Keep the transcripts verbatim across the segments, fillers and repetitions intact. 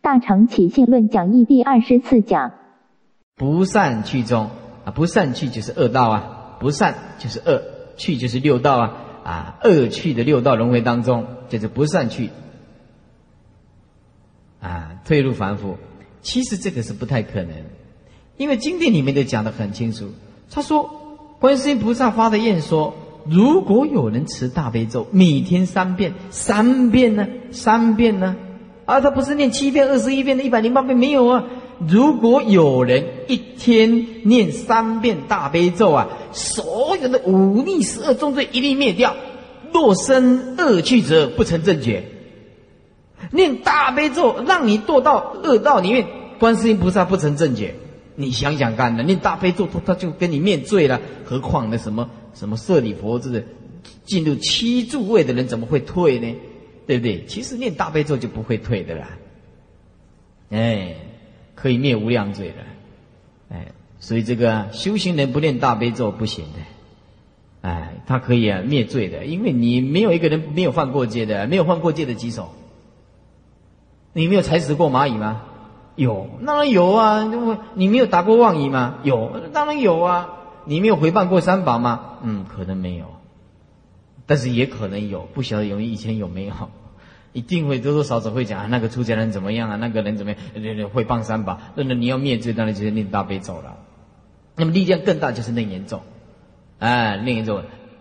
大乘起信论讲义第二十四讲。 不善趣中啊，不善趣就是恶道啊，不善就是恶，趣就是六道啊啊，恶趣的六道轮回当中，就是不善趣啊，退入凡夫。其实这个是不太可能，因为经典里面都讲得很清楚。他说，观世音菩萨发的愿说，如果有人持大悲咒，每天三遍，三遍呢，三遍呢，啊，他不是念七遍、二十一遍的、一百零八遍，没有啊。如果有人一天念三遍大悲咒啊，所有的忤逆十恶重罪一律灭掉，若生恶趣者，不成正觉。念大悲咒让你堕到恶道里面，观世音菩萨不成正觉。你想想看呢，念大悲咒他就跟你灭罪了，何况那什么什么舍利佛之的进入七住位的人怎么会退呢？对不对？其实念大悲咒就不会退的啦，哎，可以灭无量罪的，哎，所以这个修行人不念大悲咒不行的，哎，他可以啊灭罪的，因为你没有一个人没有犯过戒的，没有犯过戒的举手。你没有踩死过蚂蚁吗？有，当然有啊。你没有打过妄语吗？有，当然有啊。你没有回谤过三宝吗？嗯，可能没有，但是也可能有，不晓得有以前有没有，一定会多多少少会讲、啊、那个出家人怎么样啊，那个人怎么样，回谤三宝。那你要灭罪，当然就是念大悲咒了。那么力量更大就是楞严咒，哎，楞严咒。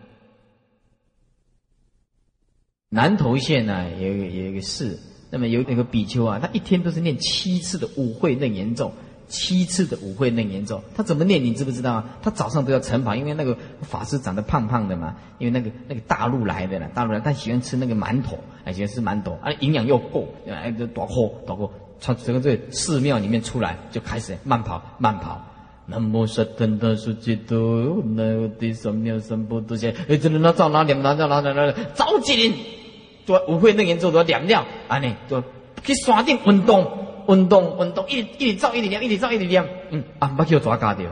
南投县呢、啊、有一个有一个寺。那么有那个比丘啊，他一天都是念七次的五会楞严咒，七次的五会楞严咒。他怎么念？你知不知道啊？他早上都要晨跑，因为那个法师长得胖胖的嘛，因为那个那个大陆来的啦，大陆来，他喜欢吃那个馒头，哎，喜欢吃馒头，啊，营养又够，哎，就多喝多喝，从整个这个寺庙里面出来就开始慢跑慢跑。南无萨埵达苏吉多，南无地三藐三菩提萨，哎，真的那照哪念哪照哪哪哪，早几年。做五会楞严咒都念了，安尼就去山顶运动，运动，运动，一直一直走，一直念，一直走，一直念，嗯，啊，不叫抓家掉。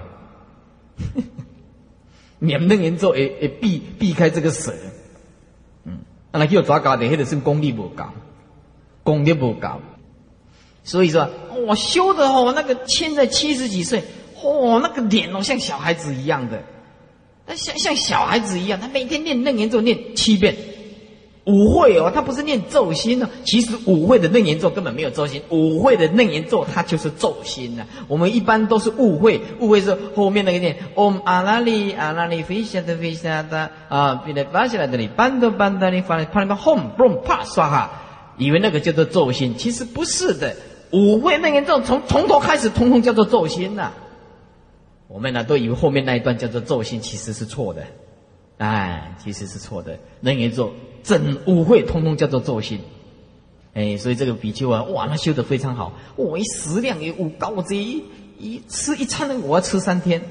念楞严咒会会避避开这个蛇，嗯，啊，那叫抓家掉，迄个是功力不高，功力不高。所以说，我、哦、修的哦，那个现在七十几岁，哦，那个脸哦像小孩子一样的，那像像小孩子一样，他每天念楞严咒念七遍。五会哦，他不是念咒心哦，其实五会的楞严咒根本没有咒心，五会的楞严咒它就是咒心呐、啊。我们一般都是误会，误会是后面那个念 Om 阿拉里阿拉里飞下的飞下的啊，比来巴下来的里班多班的里发来啪里啪 Home Boom 啪刷哈，以为那个叫做咒心，其实不是的。五会楞严咒从从头开始，通通叫做咒心呐、啊。我们呢都以为后面那一段叫做咒心，其实是错的。哎，其实是错的。楞严咒整五会通通叫做咒心，哎，所以这个比丘啊，哇，他修得非常好。我、哦、一食量也五高，我这一一吃一餐，我要吃三天。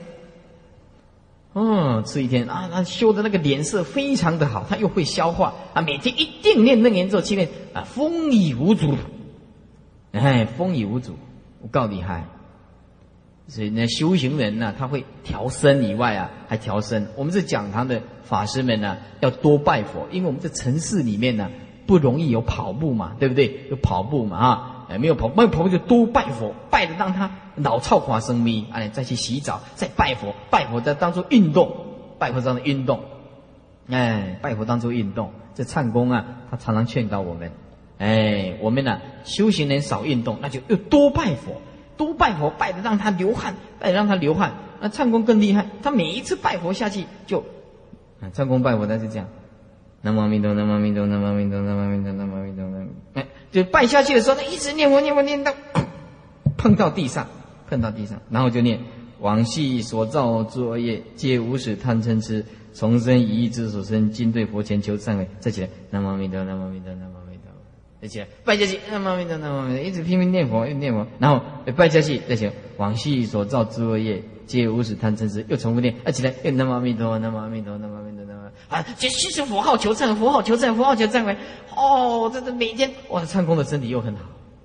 嗯，吃一天啊，他修的那个脸色非常的好，他又会消化啊，每天一定念楞严咒七遍啊，风雨无阻。哎，风雨无阻，我够厉害。所以呢，修行人呢、啊，他会调身以外啊，还调身。我们这讲堂的法师们呢、啊，要多拜佛，因为我们这城市里面呢、啊，不容易有跑步嘛，对不对？有跑步嘛啊，哎，没有跑，没有跑步就多拜佛，拜的让他脑操垮生咪，哎，再去洗澡，再拜佛，拜佛再当作运动，拜佛当作运动，哎，拜佛当作运动。这忏公啊，他常常劝导我们，哎，我们呢、啊，修行人少运动，那就要多拜佛。多拜佛，拜的让他流汗，拜的让他流汗。那忏公更厉害，他每一次拜佛下去就，啊，忏公拜佛他是这样，南无阿弥陀，南无阿弥陀，南无阿弥陀，南无阿弥陀，南无阿弥陀，哎，就拜下去的时候，他一直念佛念佛念到碰到地上，碰到地上，然后就念往昔所造诸恶业，皆无始贪嗔痴，从生以意之所生，今对佛前求忏悔。再起来，南无阿弥陀，南无阿弥陀，南无阿弥陀。再起来，拜下去，南无阿弥陀，南无阿弥陀，一直拼命念佛，又念佛，然后拜下去，再起来，往昔所造诸恶业，皆无始贪嗔痴，又重复念，啊起来，又南无阿弥陀，南无阿弥陀，南无阿弥陀，南无啊，就继续佛号求忏悔，佛号求忏悔，佛号求忏悔。哦，这这每天，哇，忏公的身体又很好。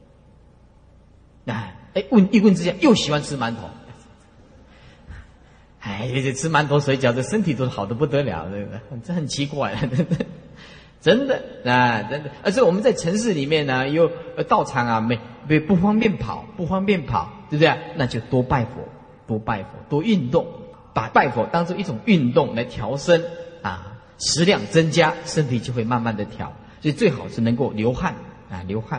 哎哎，问一问之下，又喜欢吃馒头。哎，这吃馒头水饺，这身体都好的不得了，对不对？这很奇怪，对不对？真的啊，真的。而且我们在城市里面呢，有道场啊，每不不方便跑，不方便跑，对不对？那就多拜佛，多拜佛，多运动，把拜佛当做一种运动来调身啊，食量增加，身体就会慢慢的调。所以最好是能够流汗啊，流汗。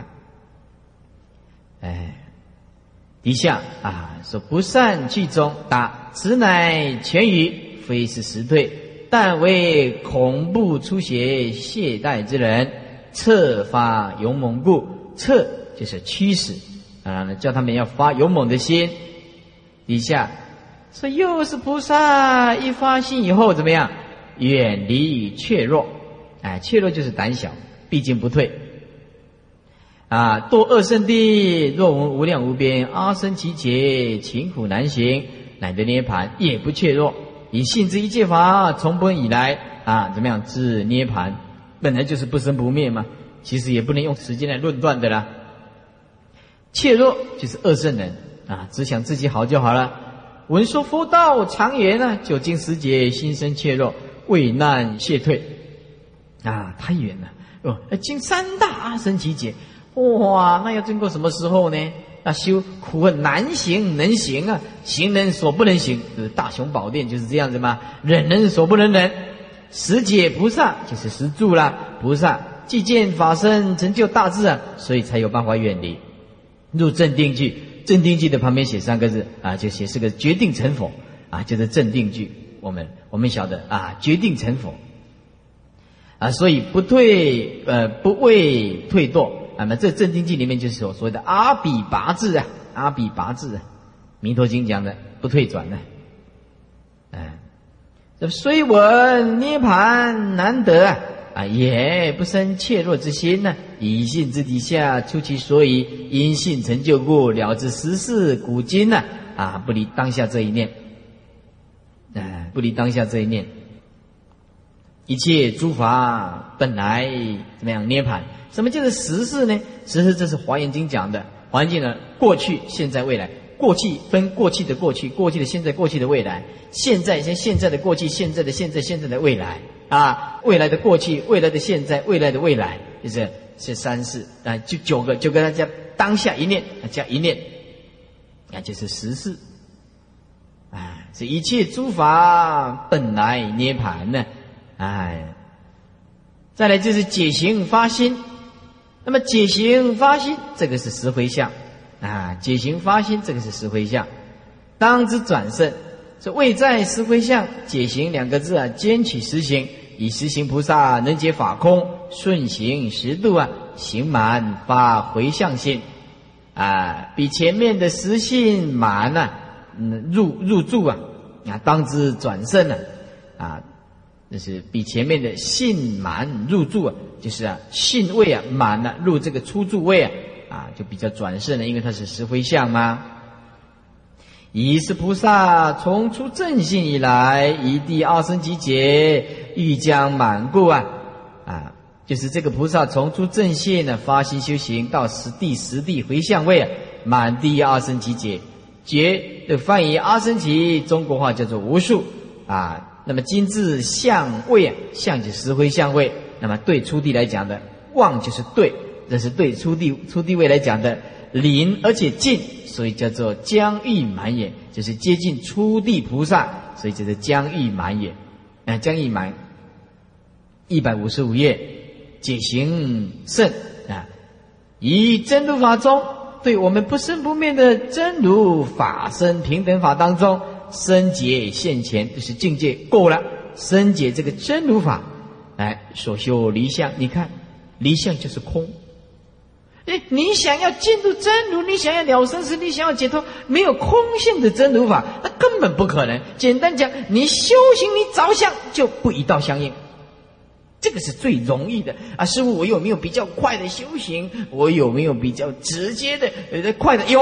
哎，底下啊说不善去中，答此乃全语，非是实退，但为恐怖出血懈怠之人，策发勇猛故。策就是驱使啊，叫他们要发勇猛的心。底下说又是菩萨一发心以后怎么样？远离怯弱，哎，怯弱就是胆小，毕竟不退。啊，堕恶圣地，若闻无量无边阿僧祇劫，勤苦难行，乃得涅盘，也不怯弱。以信之一切法，从本以来啊，怎么样至涅盘？本来就是不生不灭嘛，其实也不能用时间来论断的啦。怯弱就是恶圣人啊，只想自己好就好了。闻说佛道长远啊，久经十劫，心生怯弱，畏难懈退啊，太远了哦，经三大阿僧祇劫，哇，那要经过什么时候呢？那修苦恨难行能行啊，行人所不能行，就是大雄宝殿就是这样子嘛，忍人所不能忍。十解菩萨就是十住啦，菩萨既见法身成就大智啊，所以才有办法远离入正定句。正定句的旁边写三个字啊，就写是个决定成佛啊，就是正定句。我们我们晓得啊，决定成佛啊，所以不退呃不畏退堕。那么这正定句里面就是所谓的阿比拔智啊，阿比拔智啊，弥陀经讲的不退转的。哎，这虽闻涅盘难得啊，啊也不生怯弱之心呢、啊。以信之底下，出其所以，因信成就故，了知时事古今呢、啊，啊不离当下这一念，哎不离当下这一念。一切诸法本来怎么样涅盘？什么叫做时事呢？时事这是华严经讲的。华严经呢，过去、现在、未来。过去分过去的过去、过去的现在、过去的未来。现在先现在的过去、现在的现在、现在的未来啊，未来的过去、未来的现在、未来的未来，就是是三世啊，就九个，就跟大家当下一念加一念，那就是时事。啊，是一切诸法本来涅盘呢。哎，再来就是解行发心。那么解行发心，这个是十回向啊，解行发心这个是十回向。当知转胜，是未在十回向解行两个字啊，兼取实行，以实行菩萨能解法空，顺行十度啊，行满发回向心啊，比前面的实信满啊，嗯，入入住啊啊，当知转胜啊啊。那是比前面的信满入住啊，就是啊信位啊满了、啊、入这个出住位啊啊就比较转胜了，因为它是十回向嘛。以是菩萨从出正信以来，一地阿僧祇劫欲将满故啊啊，就是这个菩萨从出正信呢，发心修行到十地十地回向位啊，满地阿僧祇劫，劫的翻译阿僧祇，中国话叫做无数啊。那么今字相位啊，相就是十回向位。那么对初地来讲的望就是对，这是对初地初地位来讲的临而且近，所以叫做将欲满也，就是接近初地菩萨，所以叫做将欲满也。啊，将欲满一百五十五页，解行胜啊，以真如法中，对我们不生不灭的真如法身平等法当中。深解现前，就是境界够了，深解这个真如法，哎，所修离相。你看，离相就是空。哎，你想要进入真如，你想要了生死，你想要解脱，没有空性的真如法，那根本不可能。简单讲，你修行，你着相就不一道相应，这个是最容易的啊！师父，我有没有比较快的修行？我有没有比较直接的呃快的？有，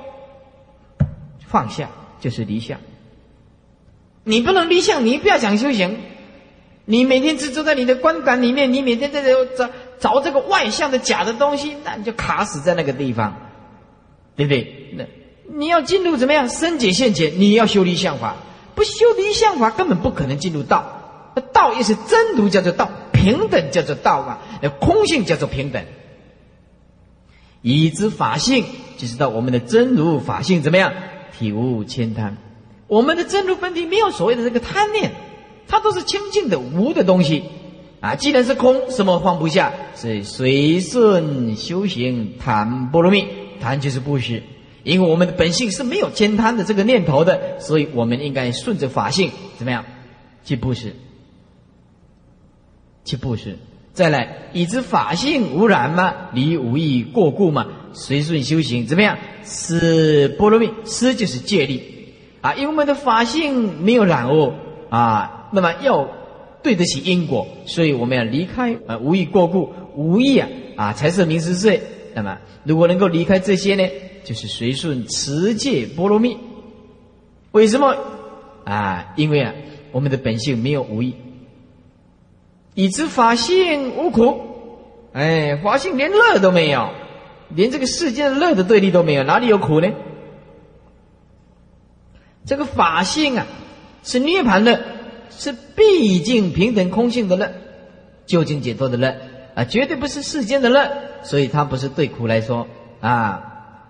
放下就是离相。你不能离相，你不要想修行。你每天只坐在你的观感里面，你每天在这找找这个外向的假的东西，那你就卡死在那个地方，对不对？那你要进入怎么样深解现前，你要修离相法，不修离相法根本不可能进入道。道也是真如叫做道，平等叫做道嘛，空性叫做平等。 已知法性，就知道我们的真如法性怎么样？体无悭贪。我们的真如本体没有所谓的这个贪念，它都是清净的无的东西啊。既然是空，什么放不下？所以随顺修行谈波罗蜜，谈就是布施。因为我们的本性是没有悭贪的这个念头的，所以我们应该顺着法性怎么样去布施，去布施。再来，已知法性无染嘛，离无益过故嘛，随顺修行怎么样？施波罗蜜，施就是戒律啊，因为我们的法性没有染污啊，那么要对得起因果，所以我们要离开呃无益过故，无益啊啊财色名食睡。那么如果能够离开这些呢，就是随顺持戒波罗蜜。为什么啊？因为啊我们的本性没有无益。已知法性无苦，哎，法性连乐都没有，连这个世间的乐的对立都没有，哪里有苦呢？这个法性啊，是涅槃乐，是毕竟平等空性的乐，究竟解脱的乐啊，绝对不是世间的乐，所以它不是对苦来说啊。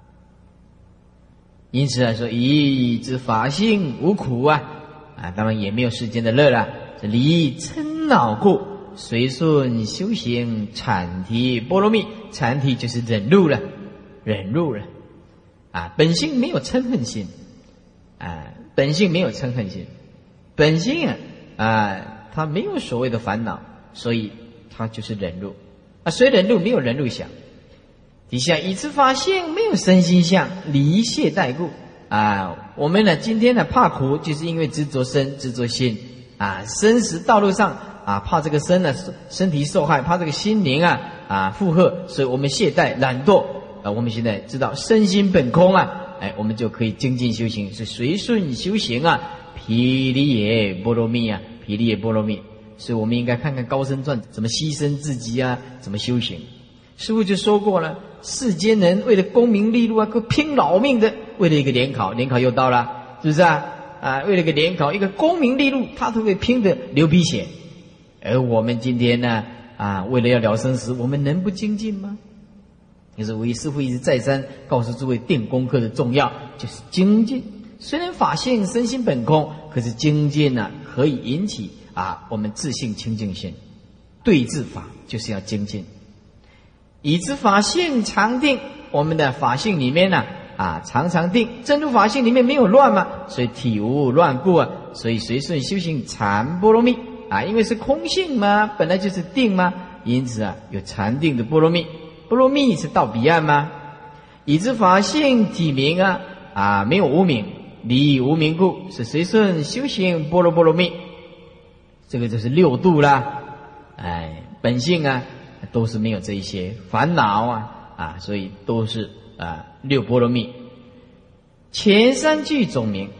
因此来说，已知法性无苦啊，啊，当然也没有世间的乐了。这离嗔恼故，随顺修行产提波罗蜜。产提就是忍辱了，忍辱了啊！本性没有嗔恨心啊，本性没有嗔恨心，本性啊啊，它没有所谓的烦恼，所以它就是忍辱啊。虽忍辱没有忍辱想。底下已知法性没有身心相，离懈怠故啊。我们呢今天呢怕苦，就是因为执着身，执着心。啊，生死道路上啊，怕这个身呢身体受害，怕这个心灵啊啊负荷，所以我们懈怠懒惰啊。我们现在知道身心本空啊，哎，我们就可以精进修行，是随顺修行啊。毗梨耶波罗蜜啊，毗梨耶波罗蜜，所以我们应该看看高僧传怎么牺牲自己啊，怎么修行。师父就说过了，世间人为了功名利禄啊，都拼老命的，为了一个联考，联考又到了，是不是啊？啊，为了个联考，一个功名利禄，他都会拼得流鼻血。而我们今天呢，啊，为了要了生死，我们能不精进吗？就是我师父一直再三告诉诸位，定功课的重要就是精进。虽然法性身心本空，可是精进呢、啊，可以引起啊我们自性清净心。对治法就是要精进。已知法性常定，我们的法性里面呢、啊。啊，常常定，真如法性里面没有乱嘛，所以体无乱故啊，所以随顺修行禅波罗蜜啊，因为是空性嘛，本来就是定嘛，因此啊有禅定的波罗蜜。波罗蜜是到彼岸吗？已知法性体明啊啊，没有无明，离无明故，是随顺修行波罗波罗蜜。这个就是六度啦，哎，本性啊都是没有这一些烦恼啊啊，所以都是。啊，六波罗蜜，前三句总名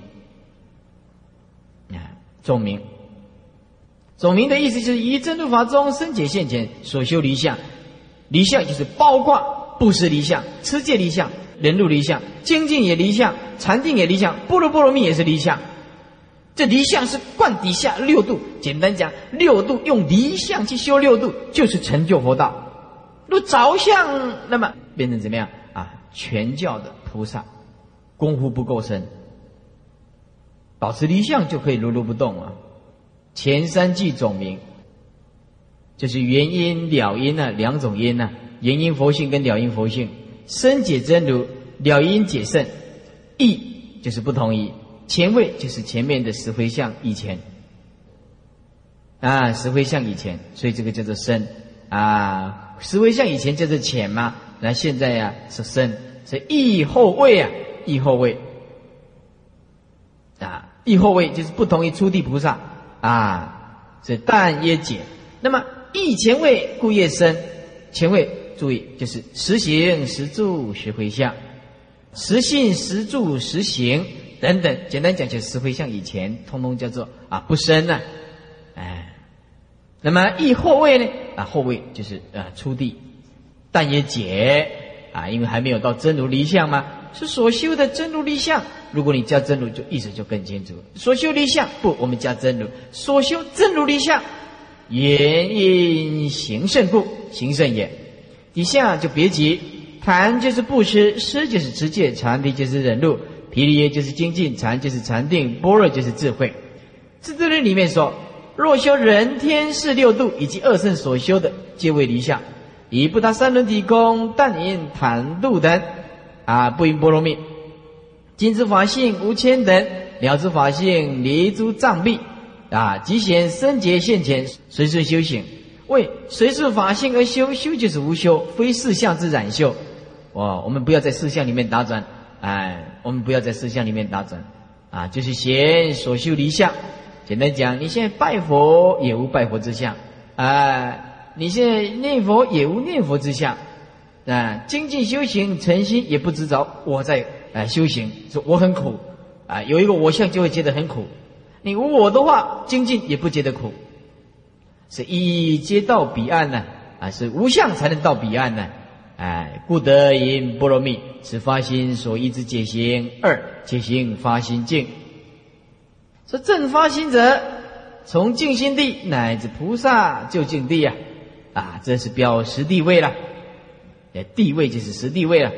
啊，总名，总名的意思就是以真如法中生解现前所修离相，离相就是包括布施离相、持戒离相、忍辱离相、精进也离相、禅定也离相、波罗波罗蜜也是离相。这离相是贯底下六度，简单讲，六度用离相去修六度，就是成就佛道。若着相，那么变成怎么样？全教的菩萨功夫不够深，保持离相就可以如如不动啊。前三句总名就是原因了因啊，两种因啊，原因佛性跟了因佛性，深解真如，了因解圣，义就是不同意，前位就是前面的十回向以前啊，十回向以前，所以这个叫做深啊，十回向以前叫做浅嘛，那现在呀、啊、是深，所以义后位啊，义后位啊，义后位就是不同于初地菩萨啊，所以但耶解。那么义前位故业深，前位注意就是实行、实住、实回向，实信、实住、实行等等，简单讲就是实回向以前，通通叫做啊不深啊，哎。那么义后位呢？啊，后位就是啊初地，但也解啊，因为还没有到真如离相嘛，是所修的真如离相。如果你加真如，就意思就更清楚。所修离相不，我们加真如，所修真如离相，原因行胜故，行胜也。底下就别急， 檀就是布施，施就是持戒，禅定就是忍辱，毗梨耶就是精进，禅就是禅定，般若就是智慧。智度论里面说，若修人天世六度以及二圣所修的，皆为离相。以不达三轮体空，但因坦度等啊，不因波罗蜜。今之法性无牵等，了之法性离诸障蔽啊，即显深劫现前，随顺修行。为随顺法性而修，修就是无修，非四相之染修。哇，我们不要在四相里面打转，哎，我们不要在四相里面打转啊，就是显所修离相。简单讲，你现在拜佛也无拜佛之相，哎。你现在念佛也无念佛之相，啊，精进修行诚心也不知着我在啊修行，说我很苦啊，有一个我相就会觉得很苦。你无我的话，精进也不觉得苦，是一皆到彼岸呢，啊，是无相才能到彼岸呢，哎，故得因波罗蜜，此发心所依之解行。二解行发心境，说正发心者，从净心地乃至菩萨究竟地啊。啊，这是标十地位了，哎，地位就是十地位了。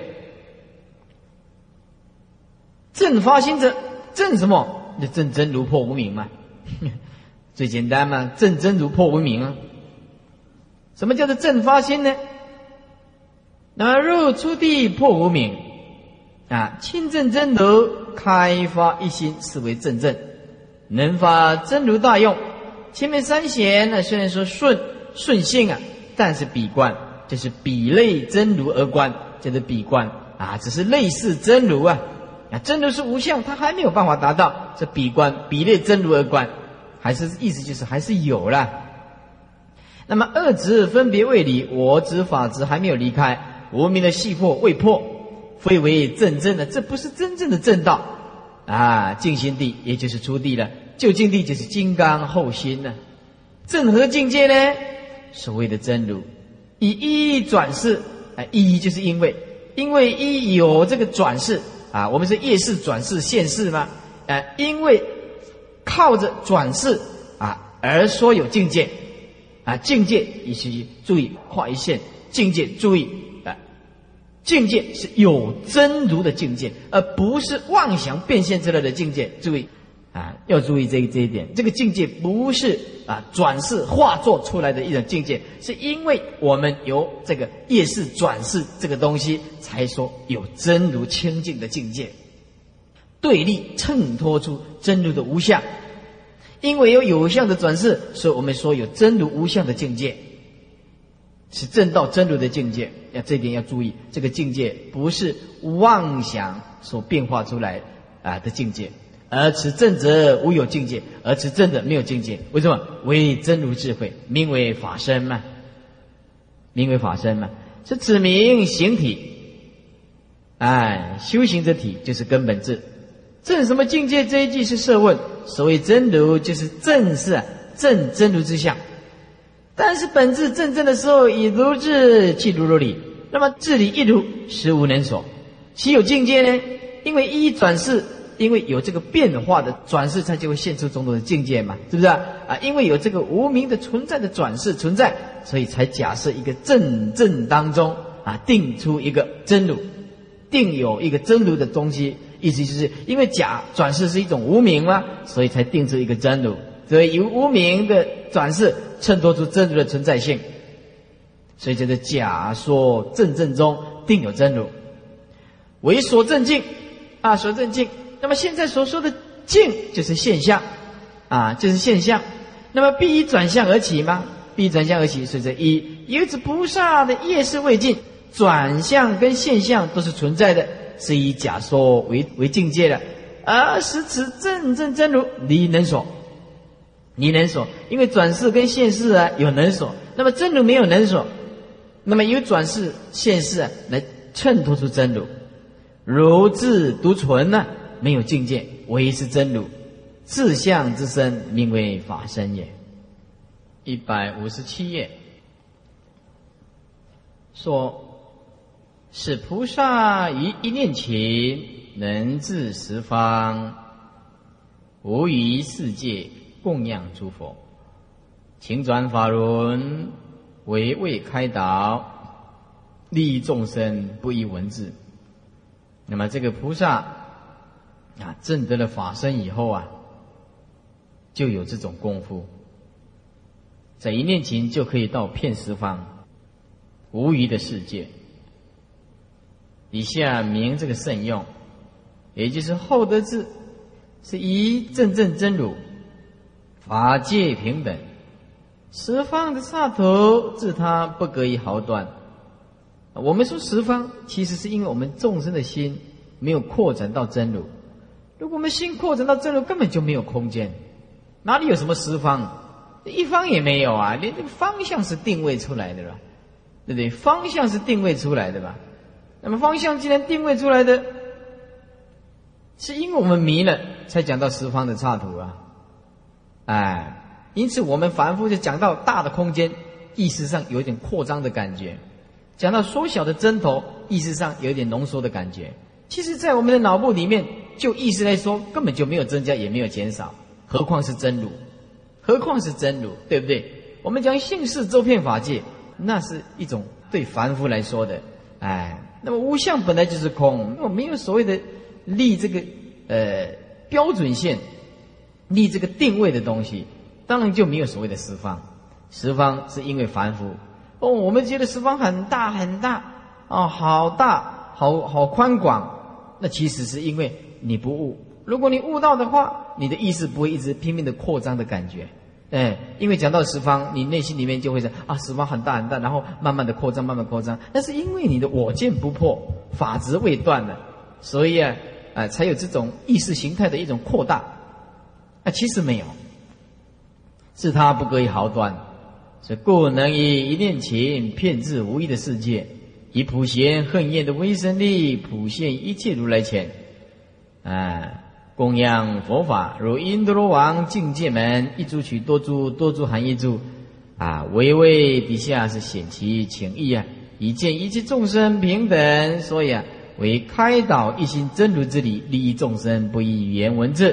正发心者，正什么？那正真如破无明嘛，最简单嘛，正真如破无明啊。什么叫做正发心呢？那入初地破无明啊，清正真如开发一心，是为正正，能发真如大用。前面三贤呢，虽然说顺。顺性啊，但是比观就是比类真如而观，叫做比观啊，只是类似真如啊，啊，真如是无相，它还没有办法达到这比观比类真如而观，还是意思就是还是有啦。那么二执分别未离，我执法执还没有离开，无明的细破未破，非为正正的，这不是真正的正道啊。净心地也就是初地了，究竟地就是金刚后心呢。正何境界呢？所谓的真如，以一转世啊，一就是因为因为一有这个转世啊，我们是业世转世现世吗？啊，因为靠着转世啊而说有境界啊，境界以及注意画一线，境界注意啊，境界是有真如的境界，而不是妄想变现之类的境界。注意啊，要注意这这一点，这个境界不是啊转世化作出来的一种境界，是因为我们由这个业世转世这个东西，才说有真如清净的境界，对立衬托出真如的无相。因为有有相的转世，所以我们说有真如无相的境界，是正道真如的境界。要这一点要注意，这个境界不是妄想所变化出来啊的境界。而此正者无有境界，而此正者没有境界。为什么？为真如智慧，名为法身嘛，名为法身嘛，是指明形体。哎，修行之体就是根本智。正什么境界？这一句是设问。所谓真如，就是正是啊正真如之相。但是本质正正的时候，以如智即如如理。那么智理一如，实无能所。其有境界呢？因为一转世。因为有这个变化的转世，它就会现出种种的境界嘛，是不是啊？啊，因为有这个无明的存在的转世存在，所以才假设一个正正当中啊，定出一个真如，定有一个真如的东西。意思就是因为假转世是一种无明嘛，所以才定出一个真如。所以由无明的转世衬托出真如的存在性，所以叫做假说正正中定有真如，为所正境啊，所正境。那么现在所说的境就是现象啊，就是现象。那么必以转向而起吗？必以转向而起，所以这一由此菩萨的业事未尽，转向跟现象都是存在的，是以假说为为境界的，而使此正正真如离能所，离能所，因为转世跟现世啊有能所，那么真如没有能所，那么由转世现世啊来衬托出真如，如自独存呢、啊。没有境界，唯是真如，自相之身，名为法身也。一百五十七页说，是菩萨于一念前，能至十方，无于世界供养诸佛，请转法轮，为为开导， 利益众生不依文字。那么这个菩萨啊，证得了法身以后啊，就有这种功夫，在一念前就可以到遍十方无余的世界。以下明这个圣用，也就是厚德智，是以正正真如，法界平等，十方的刹土，自他不隔一毫端。我们说十方，其实是因为我们众生的心没有扩展到真如。如果我们心扩展到真如，根本就没有空间，哪里有什么十方？一方也没有啊！连这个方向是定位出来的吧？对不对？方向是定位出来的吧？那么方向既然定位出来的，是因为我们迷了，才讲到十方的刹土啊！哎，因此我们反复就讲到大的空间，意识上有一点扩张的感觉；讲到缩小的针头，意识上有一点浓缩的感觉。其实在我们的脑部里面，就意识来说，根本就没有增加，也没有减少，何况是真如，何况是真如，对不对？我们讲性事周遍法界，那是一种对凡夫来说的，哎，那么无相本来就是空，那么没有所谓的立这个呃标准线，立这个定位的东西，当然就没有所谓的十方。十方是因为凡夫哦，我们觉得十方很大很大哦，好大，好好宽广。那其实是因为你不悟，如果你悟到的话，你的意识不会一直拼命的扩张的感觉。哎，因为讲到十方，你内心里面就会想啊，十方很大很大，然后慢慢的扩张，慢慢扩张。那是因为你的我见不破，法执未断了，所以啊，啊，才有这种意识形态的一种扩大。啊，其实没有，是他不隔一毫端，所以故能以一念情遍至无异的世界。以普贤恨厌的威神力，普现一切如来前，啊，供养佛法，如因陀罗王境界门，一诸取多诸，多诸含一诸，啊，唯为底下是显其情意啊，以见一切众生平等，所以啊，为开导一心真如之理，利益众生不依语言文字，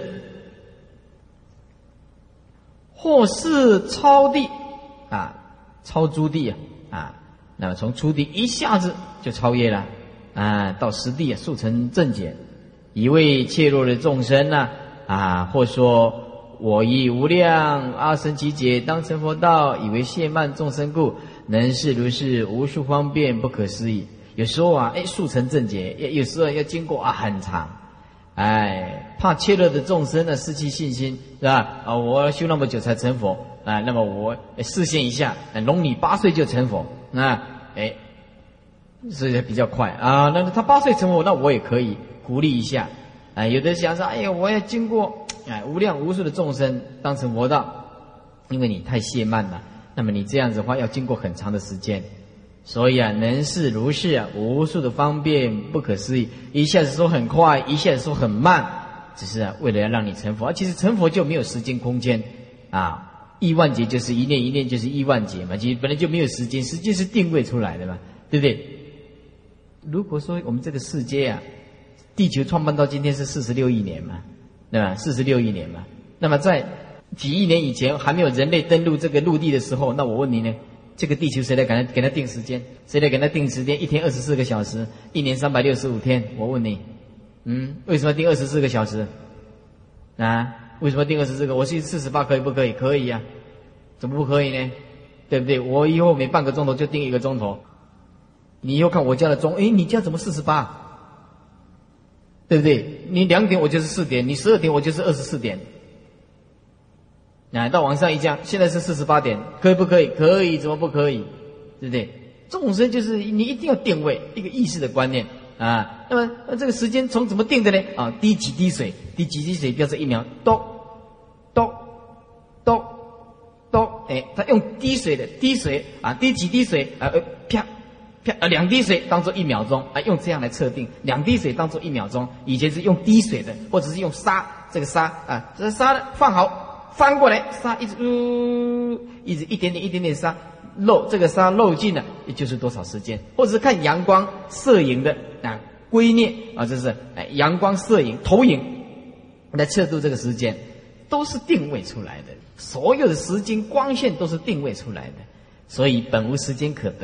或是超地啊，超诸地啊，啊。那么从初地一下子就超越了啊，到十地啊，速成正解，以为切弱的众生呢 啊, 啊，或说我以无量阿僧祇劫当成佛道，以为懈慢众生故，能是如是无数方便不可思议。有时候啊，哎，速成正解，有时候要经过啊很长，哎，怕切弱的众生呢失去信心，是吧？啊，我修那么久才成佛啊，那么我示现一下，容你八岁就成佛。那哎，所以比较快啊。那他八岁成佛，那我也可以鼓励一下。哎，有的想说，哎呀，我要经过哎无量无数的众生当成佛道，因为你太懈慢了。那么你这样子的话，要经过很长的时间。所以啊，能是如是啊，无数的方便不可思议。一下子说很快，一下子说很慢，只是啊，为了要让你成佛。其实成佛就没有时间空间啊。亿万劫就是一念，一念就是亿万劫嘛，其实本来就没有时间，时间是定位出来的嘛，对不对？如果说我们这个世界啊，地球创办到今天是四十六亿年嘛，对吧？四十六亿年嘛，那么在几亿年以前还没有人类登陆这个陆地的时候，那我问你呢，这个地球谁来给他给他定时间？谁来给他定时间？一天二十四个小时，一年三百六十五天，我问你，嗯，为什么定二十四个小时？啊？为什么定二十四个？我是四十八，可以不可以？可以呀、啊，怎么不可以呢？对不对？我以后每半个钟头就定一个钟头。你以后看我家的钟，诶，你家怎么四十八？对不对？你两点我就是四点，你十二点我就是二十四点。啊，到往上一降，现在是四十八点，可以不可以？可以，怎么不可以？对不对？众生就是你一定要定位一个意识的观念。啊，那么那这个时间从怎么定的呢？啊，滴几滴水，滴几滴水标示一秒，咚咚咚咚，哎，他用滴水的滴水啊，滴几滴水啊，呃，啪啪啊，两滴水当做一秒钟啊，用这样来测定，两滴水当做一秒钟。以前是用滴水的，或者是用沙，这个沙啊，这沙的放好，翻过来，沙一直呜，一直一点点一点点沙。漏这个沙漏尽了，也就是多少时间，或者是看阳光摄影的啊归念啊，这是哎阳光摄影投影来测度这个时间，都是定位出来的。所有的时间光线都是定位出来的，所以本无时间可得。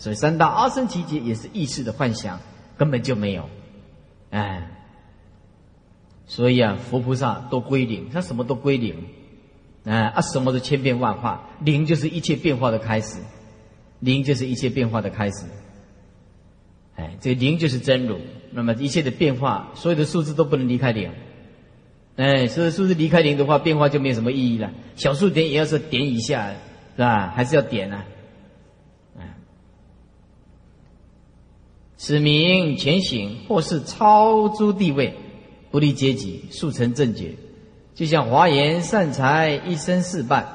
所以三大阿僧祇劫也是意识的幻想，根本就没有。哎，所以啊，佛菩萨都归零，他什么都归零。啊啊，什么都千变万化，零就是一切变化的开始，零就是一切变化的开始。哎，这个零就是真如，那么一切的变化，所有的数字都不能离开零。哎，所有的数字离开零的话，变化就没有什么意义了。小数点也要是点以下，是吧？还是要点啊。哎，此名前行，或是超诸地位，不立阶级，速成正觉。就像华严善财一生四办，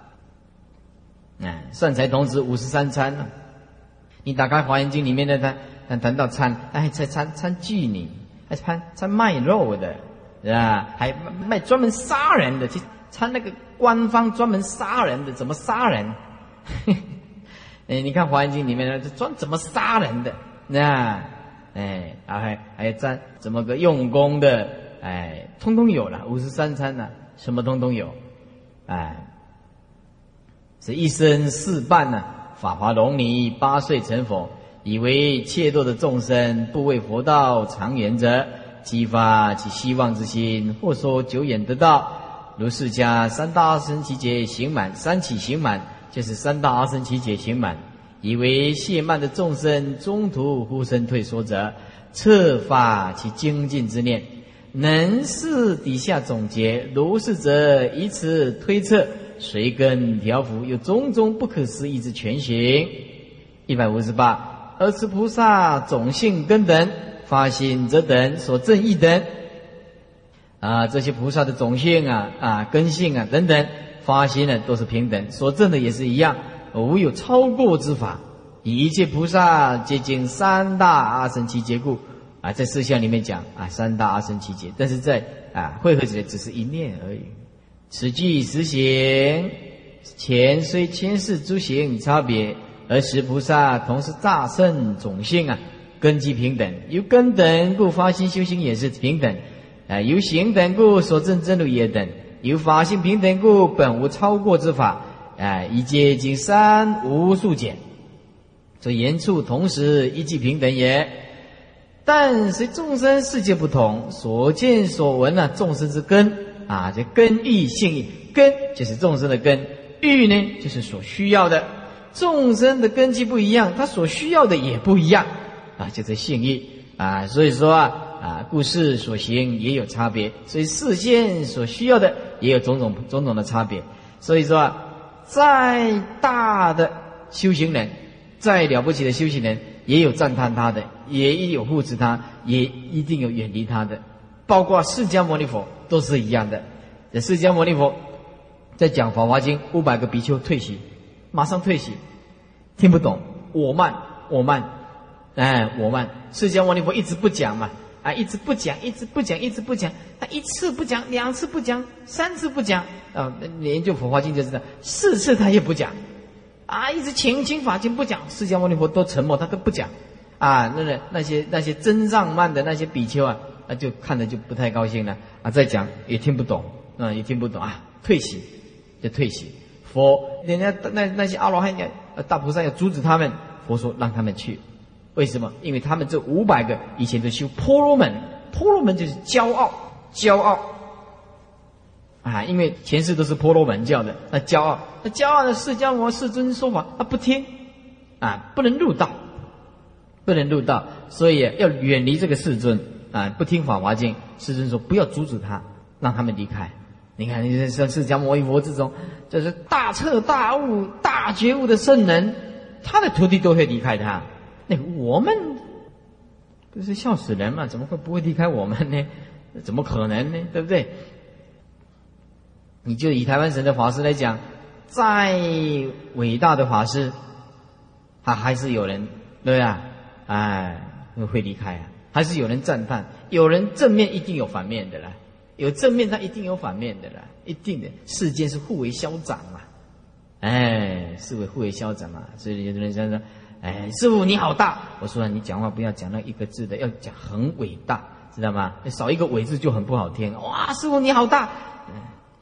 哎，善财童子五十三参呢、啊。你打开华严经里面的谈谈谈到参，哎，才参参妓女，还参参卖肉的，是吧？还卖专门杀人的，去参那个官方专门杀人的，怎么杀人？哎，你看华严经里面的专怎么杀人的，那哎，还还有参怎么个用功的。哎，通通有了，五十三参呢、啊，什么通通有，哎，是一生四办呢、啊，法华容尼八岁成佛，以为怯惰的众生不为佛道长远者，激发其希望之心，或说久远得道。如释迦三大阿僧祇劫行满，三起行满就是三大阿僧祇劫行满，以为懈慢的众生中途呼声退缩者，策发其精进之念。能是底下总结，如是者以此推测，随根调伏，有种种不可思议之全行。一百五十八，而此菩萨种性根等，发心则等，所证亦等。啊，这些菩萨的种性啊、啊根性啊等等，发心呢都是平等，所证的也是一样，无有超过之法。以一切菩萨皆经三大阿僧祇劫故。啊，在四项里面讲啊，三大阿僧祇劫，但是在啊汇合起来只是一念而已。此即实行，前虽千世诸行差别，而实菩萨同是大圣种性啊，根基平等，由根等故发心修行也是平等，啊，由行等故所证真如也等，由法性平等故本无超过之法，啊，一皆经三无数减，所以言处同时一即平等也。但随众生世界不同，所见所闻啊，众生之根啊，这根欲性欲，根就是众生的根，欲呢就是所需要的。众生的根基不一样，他所需要的也不一样啊，就是性欲啊。所以说啊啊，故事所行也有差别，所以世间所需要的也有种种种种的差别。所以说啊，再大的修行人，再了不起的修行人，也有赞叹他的，也有护持他，也一定有远离他的，包括释迦牟尼佛都是一样的。这释迦牟尼佛在讲《法华经》，五百个比丘退席，马上退席，听不懂，我慢，我慢，哎，我慢。释迦牟尼佛一直不讲嘛，啊，一直不讲，一直不讲，一直不讲，他一次不讲，两次不讲，三次不讲，啊，研究《法华经》就知道，四次他也不讲。啊，一直请请法经不讲，释迦牟尼佛都沉默，他都不讲。啊，那那些那些真上慢的那些比丘啊，那就看着就不太高兴了。啊，再讲也听不懂，啊，也听不懂啊，退席就退席。佛人家那那些阿罗汉要大菩萨要阻止他们，佛说让他们去。为什么？因为他们这五百个以前都修婆罗门，婆罗门就是骄傲，骄傲。啊，因为前世都是婆罗门教的，那骄傲，那骄傲的释迦牟世尊说法，他不听，啊，不能入道，不能入道，所以要远离这个世尊，啊，不听法华经。世尊说不要阻止他，让他们离开。你看，你像释迦牟尼佛这种，这是大彻大悟、大觉悟的圣人，他的徒弟都会离开他。那我们不是笑死人嘛？怎么会不会离开我们呢？怎么可能呢？对不对？你就以台湾省的法师来讲，再伟大的法师，他还是有人，对不对啊？哎，会离开啊，还是有人赞叹，有人正面一定有反面的啦，有正面他一定有反面的啦，一定的。世间是互为消长嘛，哎，是为互为消长嘛。所以有的人讲说，哎，师父你好大，我说你讲话不要讲那一个字的，要讲很伟大，知道吗？少一个伟字就很不好听。哇，师父你好大。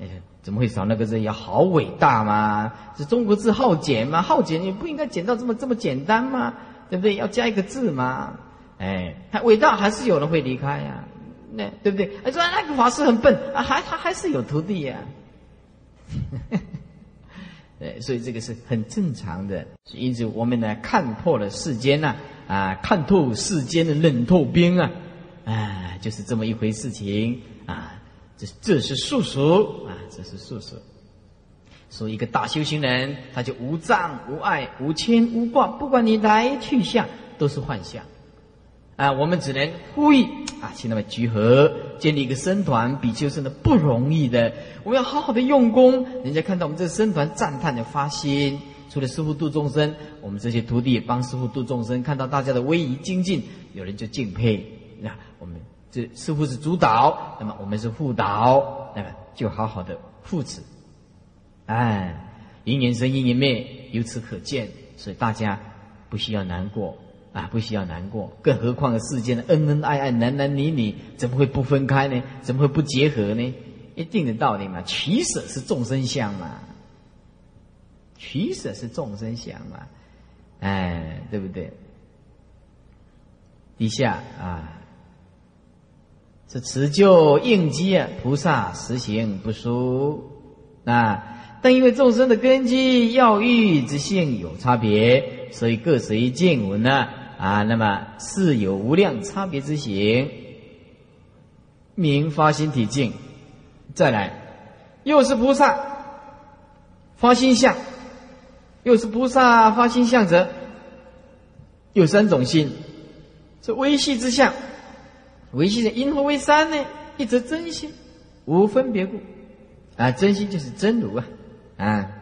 哎，怎么会少那个字？要好伟大嘛！是中国字好简嘛？好简也不应该简到这么这么简单嘛？对不对？要加一个字嘛？哎，他伟大还是有人会离开呀、啊，那对不对？哎，说那个法师很笨啊，还他还是有徒弟呀、啊。对，所以这个是很正常的。因此，我们呢看破了世间呐、啊，啊，看透世间的冷透冰啊，啊，就是这么一回事情啊。这这是术数啊，这是术数。所以，一个大修行人，他就无障无碍、无牵无挂，不管你来去向，都是幻象。啊，我们只能呼吁啊，请他们聚合，建立一个僧团，比丘僧的不容易的。我们要好好的用功，人家看到我们这个僧团，赞叹的发心。除了师父度众生，我们这些徒弟也帮师父度众生，看到大家的威仪精进，有人就敬佩。那我们这师父是主导，那么我们是副导，那么就好好的扶持。哎，因缘生，因缘灭，由此可见。所以大家不需要难过。啊，不需要难过，更何况世间的恩恩爱爱、男男女女，怎么会不分开呢？怎么会不结合呢？一定的道理嘛，取舍是众生相嘛，取舍是众生相嘛，哎，对不对？底下啊，是持就应机啊，菩萨实行不殊啊。但因为众生的根基、要欲之性有差别，所以各随见闻呢。啊，那么是有无量差别之行，名发心体境。再来，又是菩萨发心相，又是菩萨发心相者，有三种心。这微细之相，微细的因何为三呢？一则真心，无分别故。啊，真心就是真如啊，啊。